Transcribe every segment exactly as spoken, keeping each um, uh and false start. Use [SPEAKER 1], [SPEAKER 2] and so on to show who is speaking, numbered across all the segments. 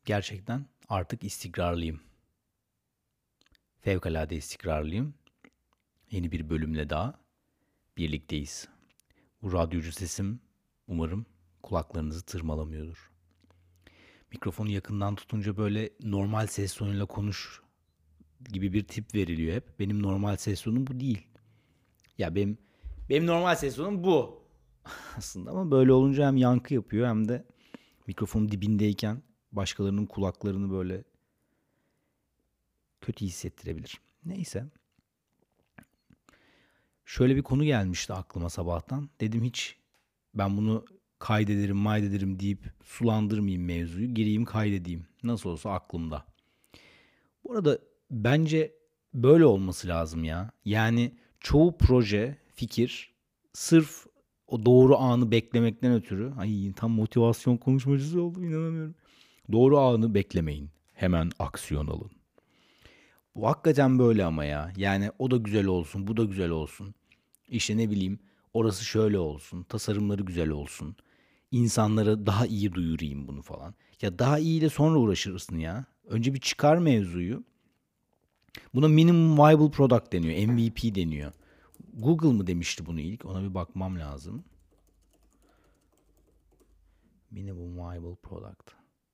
[SPEAKER 1] Gerçekten artık istikrarlıyım. Fevkalade istikrarlıyım. Yeni bir bölümle daha birlikteyiz. Bu radyocu sesim umarım kulaklarınızı tırmalamıyordur. Mikrofonu yakından tutunca böyle normal ses tonuyla konuş gibi bir tip veriliyor hep. Benim normal ses tonum bu değil. Ya benim benim normal ses tonum bu aslında, ama böyle olunca hem yankı yapıyor hem de mikrofonun dibindeyken başkalarının kulaklarını böyle kötü hissettirebilir. Neyse. Şöyle bir konu gelmişti aklıma sabahtan. Dedim hiç ben bunu kaydederim maydederim deyip sulandırmayayım mevzuyu. Gireyim kaydedeyim. Nasıl olsa aklımda. Bu arada bence böyle olması lazım ya. Yani çoğu proje, fikir sırf o doğru anı beklemekten ötürü. Ay tam motivasyon konuşmacısı oldum, inanamıyorum. Doğru anı beklemeyin. Hemen aksiyon alın. Bu hakikaten böyle ama ya. Yani o da güzel olsun, bu da güzel olsun. İşte ne bileyim, orası şöyle olsun, tasarımları güzel olsun. İnsanlara daha iyi duyurayım bunu falan. Ya daha iyiyle sonra uğraşırsın ya. Önce bir çıkar mevzuyu. Buna minimum viable product deniyor, M V P deniyor. Google mı demişti bunu ilk? Ona bir bakmam lazım. Minimum viable product.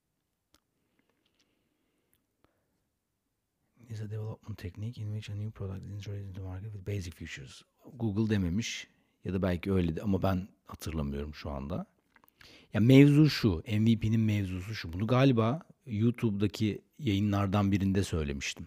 [SPEAKER 1] Is a development technique in which a new product is introduced into the market with basic features. Google dememiş ya da belki öyle de, ama ben hatırlamıyorum şu anda. Ya mevzu şu, M V P'nin mevzusu şu. Bunu galiba YouTube'daki yayınlardan birinde söylemiştim.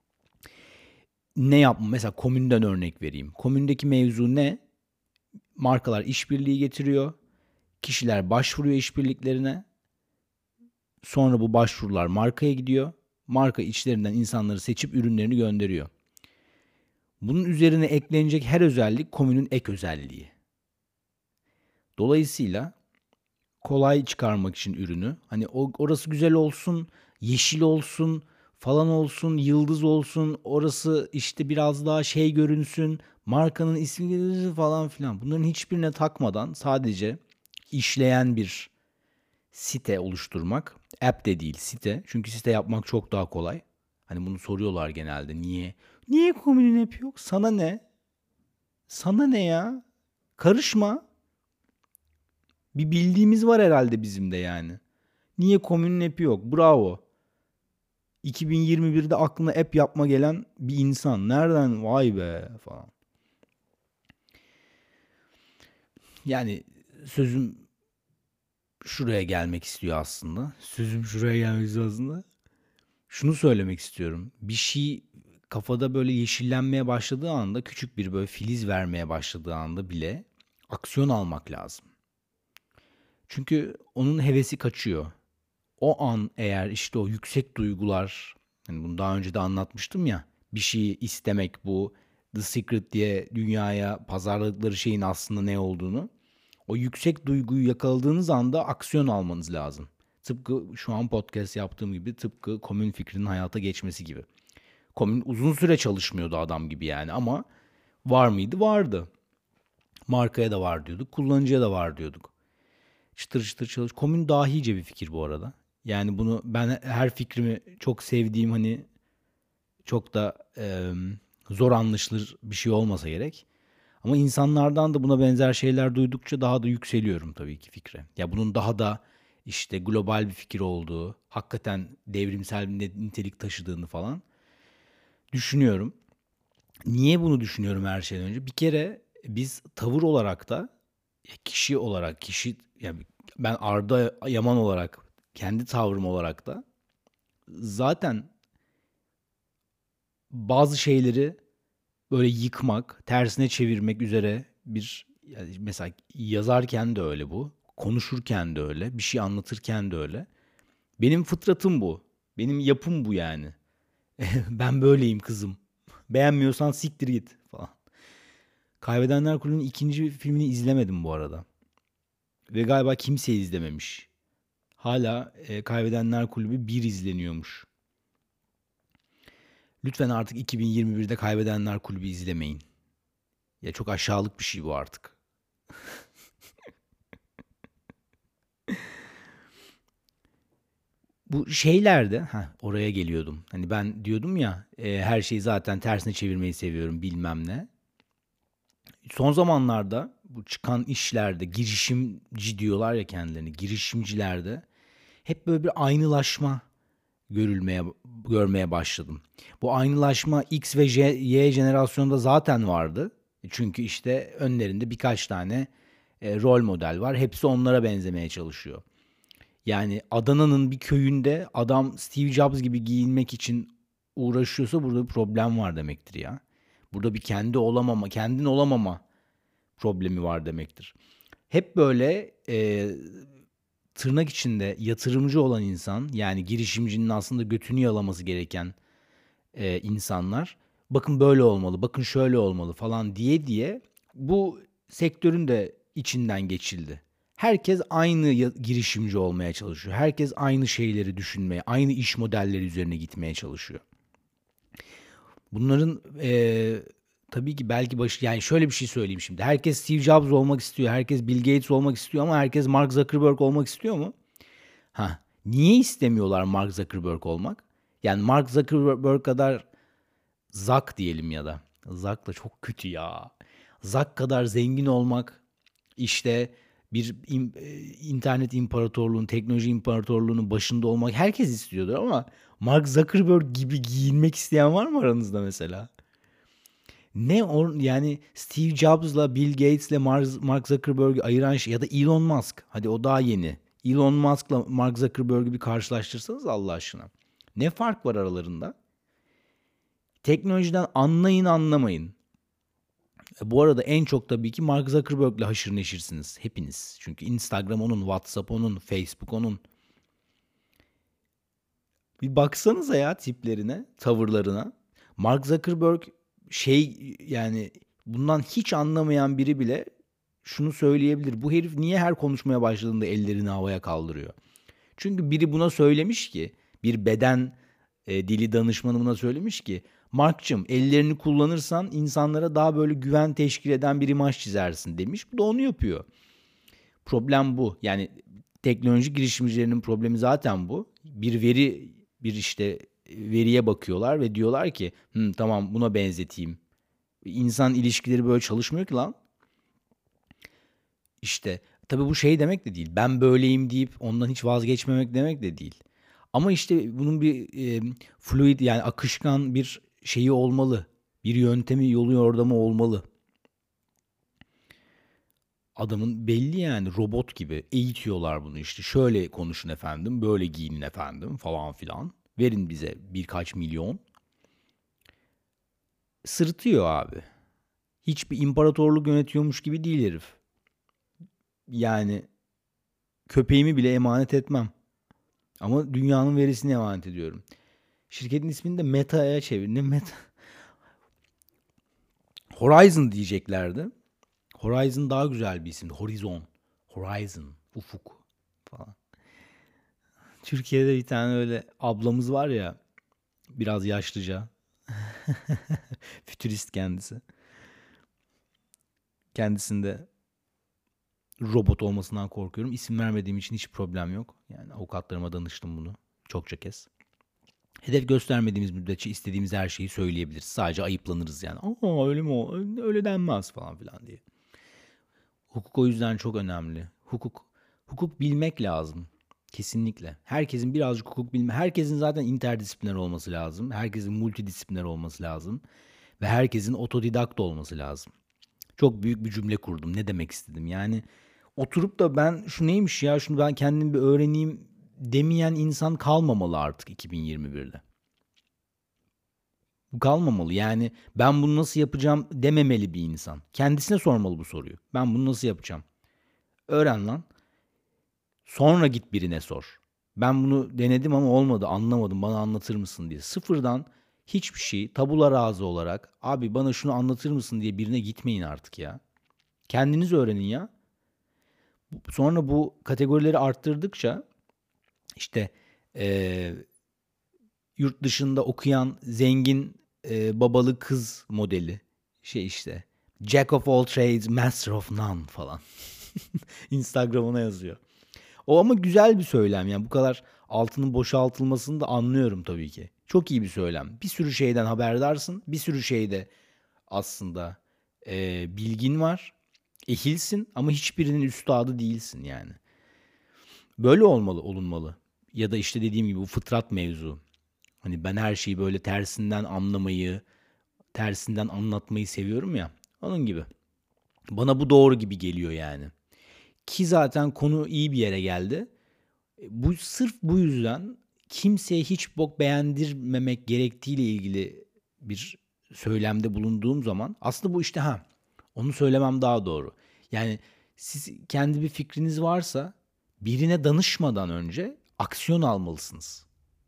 [SPEAKER 1] Ne yapma? Mesela Komün'den örnek vereyim. Komün'deki mevzu ne? Markalar işbirliği getiriyor. Kişiler başvuruyor işbirliklerine. Sonra bu başvurular markaya gidiyor. Marka içlerinden insanları seçip ürünlerini gönderiyor. Bunun üzerine eklenecek her özellik Komün'ün ek özelliği. Dolayısıyla kolay çıkarmak için ürünü, hani orası güzel olsun, yeşil olsun, falan olsun, yıldız olsun, orası işte biraz daha şey görünsün, markanın ismi falan filan. Bunların hiçbirine takmadan sadece işleyen bir site oluşturmak. App de değil, site. Çünkü site yapmak çok daha kolay. Hani bunu soruyorlar genelde. Niye? Niye Komün'ün app yok? Sana ne? Sana ne ya? Karışma. Bir bildiğimiz var herhalde bizim de yani. Niye Komün'ün app'i yok? Bravo. iki bin yirmi birde aklına app yapma gelen bir insan. Nereden? Vay be falan. Yani sözüm şuraya gelmek istiyor aslında. Sözüm şuraya gelmek istiyor aslında. Şunu söylemek istiyorum. Bir şey kafada böyle yeşillenmeye başladığı anda, küçük bir böyle filiz vermeye başladığı anda bile aksiyon almak lazım. Çünkü onun hevesi kaçıyor. O an eğer işte o yüksek duygular, hani bunu daha önce de anlatmıştım ya, bir şeyi istemek, bu The Secret diye dünyaya pazarladıkları şeyin aslında ne olduğunu. O yüksek duyguyu yakaladığınız anda aksiyon almanız lazım. Tıpkı şu an podcast yaptığım gibi, tıpkı komün fikrinin hayata geçmesi gibi. Komün uzun süre çalışmıyordu adam gibi yani, ama var mıydı? Vardı. Markaya da var diyorduk, kullanıcıya da var diyorduk. Çıtır çıtır çalış. Komün dahice bir fikir bu arada. Yani bunu ben her fikrimi çok sevdiğim, hani çok da e, zor anlaşılır bir şey olmasa gerek. Ama insanlardan da buna benzer şeyler duydukça daha da yükseliyorum tabii ki fikre. Ya bunun daha da işte global bir fikir olduğu, hakikaten devrimsel bir nitelik taşıdığını falan düşünüyorum. Niye bunu düşünüyorum her şeyden önce? Bir kere biz tavır olarak da, kişi olarak, kişi yani ben Arda Yaman olarak, kendi tavrım olarak da zaten bazı şeyleri böyle yıkmak, tersine çevirmek üzere bir, yani mesela yazarken de öyle bu, konuşurken de öyle, bir şey anlatırken de öyle. Benim fıtratım bu. Benim yapım bu yani. Ben böyleyim kızım. Beğenmiyorsan siktir git falan. Kaybedenler Kulübü'nün ikinci filmini izlemedim bu arada. Ve galiba kimse izlememiş. Hala e, Kaybedenler Kulübü bir izleniyormuş. Lütfen artık iki bin yirmi birde Kaybedenler Kulübü izlemeyin. Ya çok aşağılık bir şey bu artık. Bu şeylerde, ha oraya geliyordum. Hani ben diyordum ya, e, her şeyi zaten tersine çevirmeyi seviyorum bilmem ne. Son zamanlarda bu çıkan işlerde girişimci diyorlar ya kendilerini. Girişimcilerde hep böyle bir aynılaşma görülmeye görmeye başladım. Bu aynılaşma X ve J, Y jenerasyonda zaten vardı. Çünkü işte önlerinde birkaç tane e, rol model var. Hepsi onlara benzemeye çalışıyor. Yani Adana'nın bir köyünde adam Steve Jobs gibi giyinmek için uğraşıyorsa burada bir problem var demektir ya. Burada bir kendi olamama, kendin olamama problemi var demektir. Hep böyle e, tırnak içinde yatırımcı olan insan, yani girişimcinin aslında götünü yalaması gereken e, insanlar, bakın böyle olmalı, bakın şöyle olmalı falan diye diye bu sektörün de içinden geçildi. Herkes aynı ya- girişimci olmaya çalışıyor. Herkes aynı şeyleri düşünmeye, aynı iş modelleri üzerine gitmeye çalışıyor. Bunların eee, tabii ki belki başı, yani şöyle bir şey söyleyeyim şimdi. Herkes Steve Jobs olmak istiyor, herkes Bill Gates olmak istiyor ama herkes Mark Zuckerberg olmak istiyor mu? Ha, niye istemiyorlar Mark Zuckerberg olmak? Yani Mark Zuckerberg kadar Zuck diyelim ya da. Zuck da çok kötü ya. Zuck kadar zengin olmak, işte bir im- e, internet imparatorluğunun, teknoloji imparatorluğunun başında olmak herkes istiyordur ama Mark Zuckerberg gibi giyinmek isteyen var mı aranızda mesela? Ne or yani Steve Jobs'la Bill Gates'le Mark, Mark Zuckerberg'i ayıran şey, ya da Elon Musk. Hadi o daha yeni. Elon Musk'la Mark Zuckerberg'i bir karşılaştırsanız Allah aşkına. Ne fark var aralarında? Teknolojiden anlayın anlamayın. E, Bu arada en çok tabii ki Mark Zuckerberg'le haşır neşirsiniz hepiniz. Çünkü Instagram onun, WhatsApp onun, Facebook onun. Bir baksanıza ya tiplerine, tavırlarına. Mark Zuckerberg şey, yani bundan hiç anlamayan biri bile şunu söyleyebilir. Bu herif niye her konuşmaya başladığında ellerini havaya kaldırıyor? Çünkü biri buna söylemiş ki, bir beden e, dili danışmanı buna söylemiş ki, Mark'cığım ellerini kullanırsan insanlara daha böyle güven teşkil eden bir imaj çizersin demiş. Bu da onu yapıyor. Problem bu. Yani teknoloji girişimcilerinin problemi zaten bu. Bir veri, bir işte veriye bakıyorlar ve diyorlar ki, "Hı, tamam buna benzeteyim." İnsan ilişkileri böyle çalışmıyor ki lan. İşte tabii bu şey demek de değil. Ben böyleyim deyip ondan hiç vazgeçmemek demek de değil. Ama işte bunun bir e, fluid, yani akışkan bir şeyi olmalı. Bir yöntemi, yolu yordamı olmalı. Adamın belli, yani robot gibi eğitiyorlar bunu işte. Şöyle konuşun efendim, böyle giyinin efendim falan filan. Verin bize birkaç milyon. Sırıtıyor abi. Hiçbir imparatorluk yönetiyormuş gibi değil herif. Yani köpeğimi bile emanet etmem. Ama dünyanın verisini emanet ediyorum. Şirketin ismini de Meta'ya çevirdim. Meta. Horizon diyeceklerdi. Horizon daha güzel bir isim. Horizon. Horizon. Ufuk falan. Türkiye'de bir tane öyle ablamız var ya. Biraz yaşlıca. Fütürist kendisi. Kendisinde robot olmasından korkuyorum. İsim vermediğim için hiç problem yok. Yani avukatlarıma danıştım bunu çokça kez. Hedef göstermediğimiz müddetçe istediğimiz her şeyi söyleyebiliriz. Sadece ayıplanırız yani. Aa öyle mi o? Öyle denmez falan filan diye. Hukuk o yüzden çok önemli. Hukuk hukuk bilmek lazım. Kesinlikle. Herkesin birazcık hukuk bilme, herkesin zaten interdisipliner olması lazım. Herkesin multidisipliner olması lazım ve herkesin otodidakt olması lazım. Çok büyük bir cümle kurdum. Ne demek istedim? Yani oturup da ben şu neymiş ya, şunu ben kendim bir öğreneyim demeyen insan kalmamalı artık iki bin yirmi birde. Bu kalmamalı. Yani ben bunu nasıl yapacağım dememeli bir insan. Kendisine sormalı bu soruyu. Ben bunu nasıl yapacağım? Öğren lan. Sonra git birine sor. Ben bunu denedim ama olmadı, anlamadım, bana anlatır mısın diye. Sıfırdan hiçbir şey tabula rasa olarak abi bana şunu anlatır mısın diye birine gitmeyin artık ya. Kendiniz öğrenin ya. Sonra bu kategorileri arttırdıkça işte eee, yurt dışında okuyan zengin eee, babalı kız modeli şey işte Jack of all trades, master of none falan. Instagram'ına yazıyor. O ama güzel bir söylem yani, bu kadar altının boşaltılmasını da anlıyorum tabii ki. Çok iyi bir söylem. Bir sürü şeyden haberdarsın. Bir sürü şeyde aslında e, bilgin var. Ehilsin ama hiçbirinin üstadı değilsin yani. Böyle olmalı, olunmalı. Ya da işte dediğim gibi bu fıtrat mevzu. Hani ben her şeyi böyle tersinden anlamayı, tersinden anlatmayı seviyorum ya. Onun gibi. Bana bu doğru gibi geliyor yani. Ki zaten konu iyi bir yere geldi. E, Bu sırf bu yüzden kimseye hiç bok beğendirmemek gerektiğiyle ilgili bir söylemde bulunduğum zaman aslında bu işte ha onu söylemem daha doğru. Yani siz kendi bir fikriniz varsa birine danışmadan önce aksiyon almalısınız.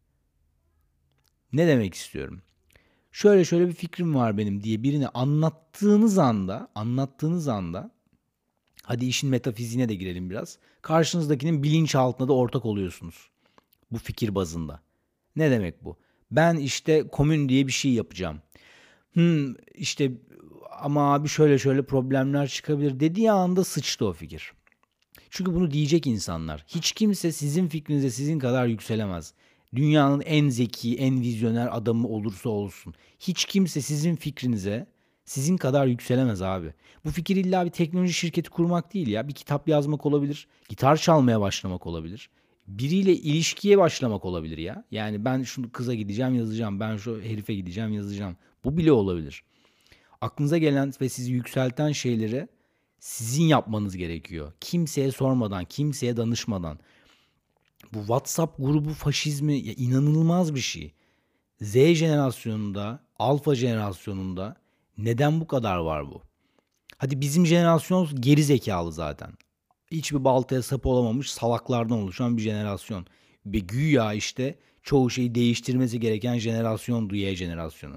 [SPEAKER 1] Ne demek istiyorum? Şöyle şöyle bir fikrim var benim diye birine anlattığınız anda, anlattığınız anda hadi işin metafiziğine de girelim biraz. Karşınızdakinin bilinçaltına da ortak oluyorsunuz. Bu fikir bazında. Ne demek bu? Ben işte komün diye bir şey yapacağım. Hmm, işte ama abi şöyle şöyle problemler çıkabilir dediği anda sıçtı o fikir. Çünkü bunu diyecek insanlar. Hiç kimse sizin fikrinize sizin kadar yükselemez. Dünyanın en zeki, en vizyoner adamı olursa olsun. Hiç kimse sizin fikrinize sizin kadar yükselemez abi. Bu fikir illa bir teknoloji şirketi kurmak değil ya. Bir kitap yazmak olabilir. Gitar çalmaya başlamak olabilir. Biriyle ilişkiye başlamak olabilir ya. Yani ben şu kıza gideceğim yazacağım. Ben şu herife gideceğim yazacağım. Bu bile olabilir. Aklınıza gelen ve sizi yükselten şeyleri sizin yapmanız gerekiyor. Kimseye sormadan, kimseye danışmadan. Bu WhatsApp grubu faşizmi ya inanılmaz bir şey. Z jenerasyonunda, alfa jenerasyonunda neden bu kadar var bu? Hadi bizim jenerasyon geri zekalı zaten. Hiçbir baltaya sap olamamış salaklardan oluşan bir jenerasyon. Ve güya işte çoğu şeyi değiştirmesi gereken jenerasyondu Y jenerasyonu.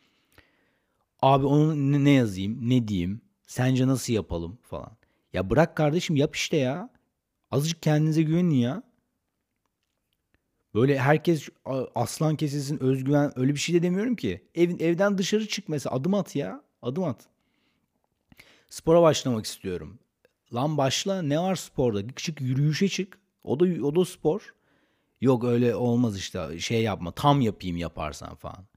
[SPEAKER 1] Abi onu ne ne yazayım, ne diyeyim, sence nasıl yapalım falan. Ya bırak kardeşim yap işte ya. Azıcık kendinize güvenin ya. Böyle herkes aslan kesilsin özgüven öyle bir şey de demiyorum ki. Evin evden dışarı çık mesela adım at ya. Adım at. Spora başlamak istiyorum. Lan başla ne var sporda? Çık yürüyüşe çık. O da o da spor. Yok öyle olmaz işte şey yapma tam yapayım yaparsan falan.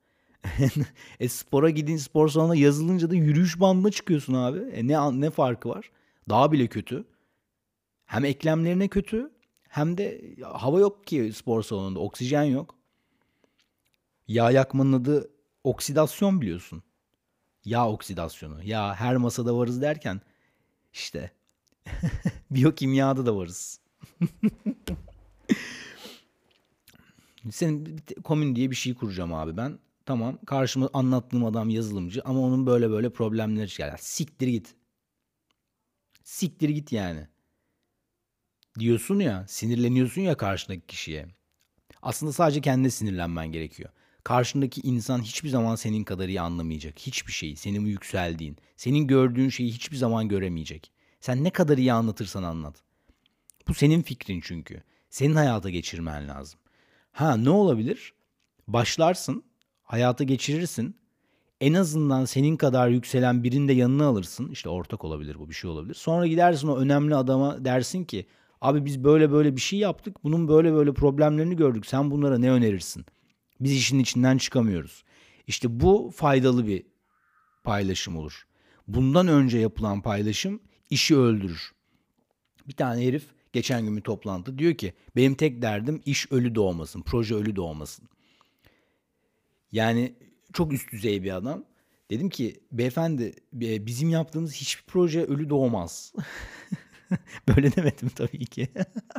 [SPEAKER 1] E spora gidin spor salonuna yazılınca da yürüyüş bandına çıkıyorsun abi. E ne ne farkı var? Daha bile kötü. Hem eklemlerine kötü hem de hava yok ki spor salonunda. Oksijen yok. Yağ yakmanın adı oksidasyon biliyorsun. Yağ oksidasyonu. Ya her masada varız derken işte biyokimyada da varız. Senin komün diye bir şey kuracağım abi ben. Tamam karşıma anlattığım adam yazılımcı ama onun böyle böyle problemleri çıkar. Ya siktir git. Siktir git yani. Diyorsun ya sinirleniyorsun ya karşındaki kişiye. Aslında sadece kendine sinirlenmen gerekiyor. Karşındaki insan hiçbir zaman senin kadar iyi anlamayacak. Hiçbir şeyi, senin yükseldiğin, senin gördüğün şeyi hiçbir zaman göremeyecek. Sen ne kadar iyi anlatırsan anlat. Bu senin fikrin çünkü. Senin hayata geçirmen lazım. Ha ne olabilir? Başlarsın, hayata geçirirsin. En azından senin kadar yükselen birini de yanına alırsın. İşte ortak olabilir bu bir şey olabilir. Sonra gidersin o önemli adama dersin ki abi biz böyle böyle bir şey yaptık. Bunun böyle böyle problemlerini gördük. Sen bunlara ne önerirsin? Biz işin içinden çıkamıyoruz. İşte bu faydalı bir paylaşım olur. Bundan önce yapılan paylaşım işi öldürür. Bir tane herif geçen gün bir toplantı diyor ki benim tek derdim iş ölü doğmasın, proje ölü doğmasın. Yani çok üst düzey bir adam. Dedim ki beyefendi bizim yaptığımız hiçbir proje ölü doğmaz. Böyle demedim tabii ki.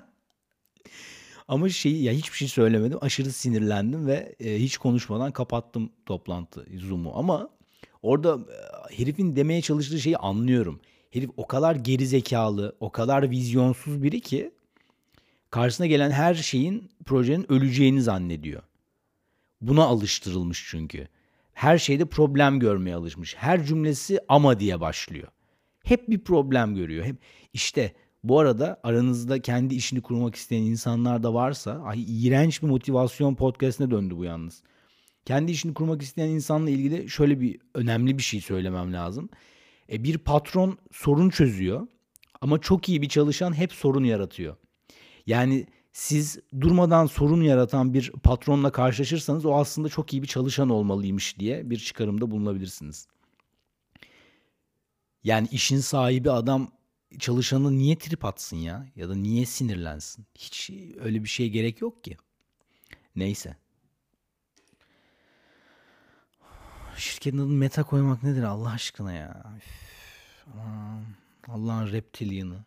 [SPEAKER 1] Ama şeyi ya hiçbir şey söylemedim. Aşırı sinirlendim ve e, hiç konuşmadan kapattım toplantı Zoom'u. Ama orada e, herifin demeye çalıştığı şeyi anlıyorum. Herif o kadar geri zekalı, o kadar vizyonsuz biri ki karşısına gelen her şeyin projenin öleceğini zannediyor. Buna alıştırılmış çünkü. Her şeyde problem görmeye alışmış. Her cümlesi ama diye başlıyor. Hep bir problem görüyor. Hep işte bu arada aranızda kendi işini kurmak isteyen insanlar da varsa, ay iğrenç bir motivasyon podcast'ine döndü bu yalnız. Kendi işini kurmak isteyen insanla ilgili şöyle bir önemli bir şey söylemem lazım. E, bir patron sorun çözüyor ama çok iyi bir çalışan hep sorun yaratıyor. Yani Siz durmadan sorun yaratan bir patronla karşılaşırsanız o aslında çok iyi bir çalışan olmalıymış diye bir çıkarımda bulunabilirsiniz. Yani işin sahibi adam çalışanı niye trip atsın ya? Ya da niye sinirlensin? Hiç öyle bir şeye gerek yok ki. Neyse. Şirketin adını Meta koymak nedir Allah aşkına ya? Üf, aman, Allah'ın reptilianı.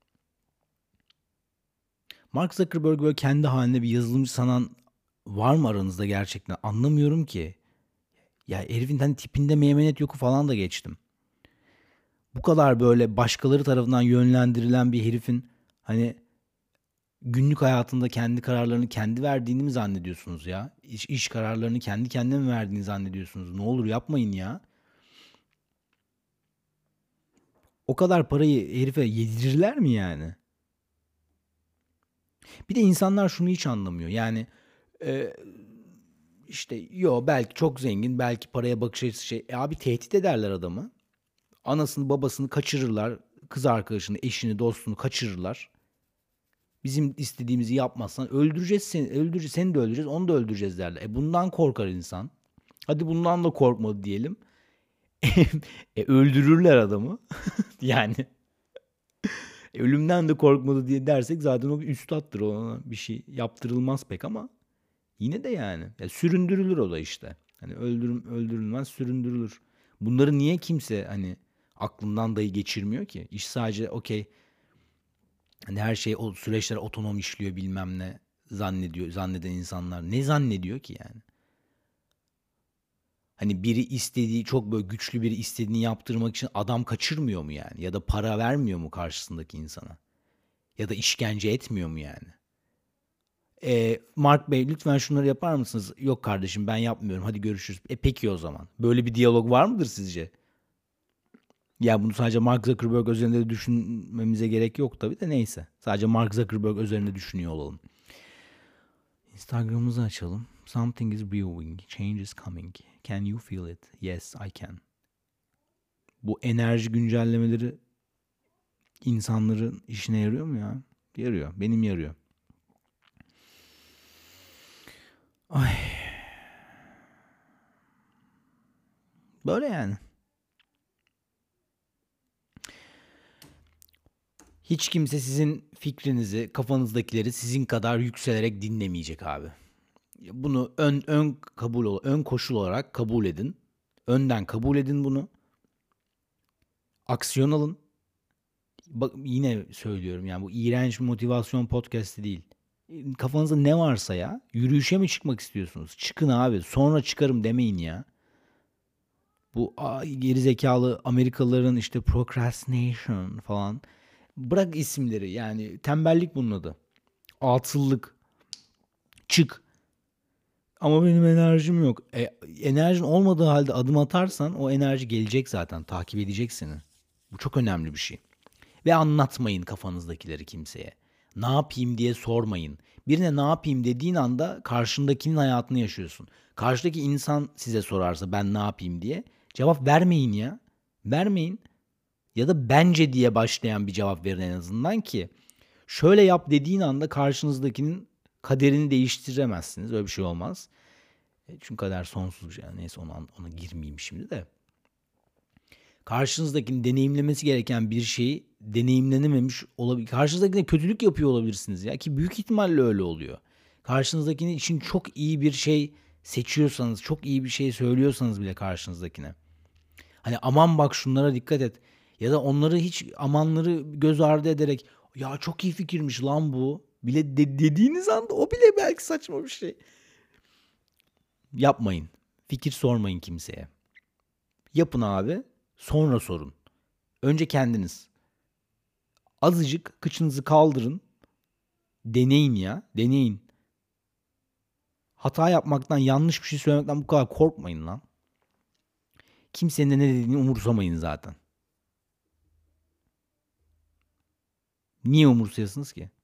[SPEAKER 1] Mark Zuckerberg böyle kendi halinde bir yazılımcı sanan var mı aranızda gerçekten? Anlamıyorum ki. Ya herifin hani tipinde meymenet yoku falan da geçtim. Bu kadar böyle başkaları tarafından yönlendirilen bir herifin hani günlük hayatında kendi kararlarını kendi verdiğini mi zannediyorsunuz ya? İş, iş kararlarını kendi kendine mi verdiğini zannediyorsunuz? Ne olur yapmayın ya. O kadar parayı herife yedirirler mi yani? Bir de insanlar şunu hiç anlamıyor. Yani e, işte yo belki çok zengin, belki paraya bakış açısı şey. E abi tehdit ederler adamı. Anasını babasını kaçırırlar. Kız arkadaşını, eşini, dostunu kaçırırlar. Bizim istediğimizi yapmazsan öldüreceğiz seni, öldüreceğiz, seni de öldüreceğiz, onu da öldüreceğiz derler. E bundan korkar insan. Hadi bundan da korkmadı diyelim. e öldürürler adamı. yani e, ölümden de korkmadı diye dersek zaten o bir üstattır. Ona bir şey yaptırılmaz pek ama yine de yani. Ya süründürülür o da işte. Hani öldürüm öldürülmez süründürülür. Bunları niye kimse hani aklından dahi geçirmiyor ki? İş sadece okey. Hani her şey o süreçler otonom işliyor bilmem ne zannediyor zanneden insanlar ne zannediyor ki yani? Hani biri istediği çok böyle güçlü biri istediğini yaptırmak için adam kaçırmıyor mu yani? Ya da para vermiyor mu karşısındaki insana? Ya da işkence etmiyor mu yani? E, Mark Bey lütfen şunları yapar mısınız? Yok kardeşim ben yapmıyorum hadi görüşürüz. E peki o zaman. Böyle bir diyalog var mıdır sizce? Ya bunu sadece Mark Zuckerberg üzerinde de düşünmemize gerek yok tabii de neyse. Sadece Mark Zuckerberg üzerinde düşünüyor olalım. Instagram'ımızı açalım. Something is brewing. Change is coming. Can you feel it? Yes, I can. Bu enerji güncellemeleri insanların işine yarıyor mu ya? Yarıyor. Benim yarıyor. Ay. Böyle yani. Hiç kimse sizin fikrinizi, kafanızdakileri sizin kadar yükselerek dinlemeyecek abi. Bunu ön ön kabul ön koşul olarak kabul edin. Önden kabul edin bunu. Aksiyon alın. Bak yine söylüyorum yani bu iğrenç bir motivasyon podcast'i değil. Kafanızda ne varsa ya yürüyüşe mi çıkmak istiyorsunuz? Çıkın abi sonra çıkarım demeyin ya. Bu geri zekalı Amerikalıların işte procrastination falan. Bırak isimleri yani tembellik bunun adı. Atıllık. Çık. Ama benim enerjim yok. E, enerjin olmadığı halde adım atarsan o enerji gelecek zaten. Takip edecek seni. Bu çok önemli bir şey. Ve anlatmayın kafanızdakileri kimseye. Ne yapayım diye sormayın. Birine ne yapayım dediğin anda karşındakinin hayatını yaşıyorsun. Karşıdaki insan size sorarsa ben ne yapayım diye cevap vermeyin ya. Vermeyin. Ya da bence diye başlayan bir cevap verin en azından ki şöyle yap dediğin anda karşınızdakinin kaderini değiştiremezsiniz. Öyle bir şey olmaz. Çünkü kader sonsuz bir şey. Neyse ona, ona girmeyeyim şimdi de. Karşınızdakinin deneyimlemesi gereken bir şeyi deneyimlenememiş olabilir. Karşınızdakine kötülük yapıyor olabilirsiniz ya ki büyük ihtimalle öyle oluyor. Karşınızdakinin için çok iyi bir şey seçiyorsanız, çok iyi bir şey söylüyorsanız bile karşınızdakine. Hani aman bak şunlara dikkat et. Ya da onları hiç amanları göz ardı ederek ya çok iyi fikirmiş lan bu bile de- dediğiniz anda o bile belki saçma bir şey. Yapmayın. Fikir sormayın kimseye. Yapın abi. Sonra sorun. Önce kendiniz. Azıcık kıçınızı kaldırın. Deneyin ya. Deneyin. Hata yapmaktan, yanlış bir şey söylemekten bu kadar korkmayın lan. Kimsenin de ne dediğini umursamayın zaten. Niye umursayasınız ki?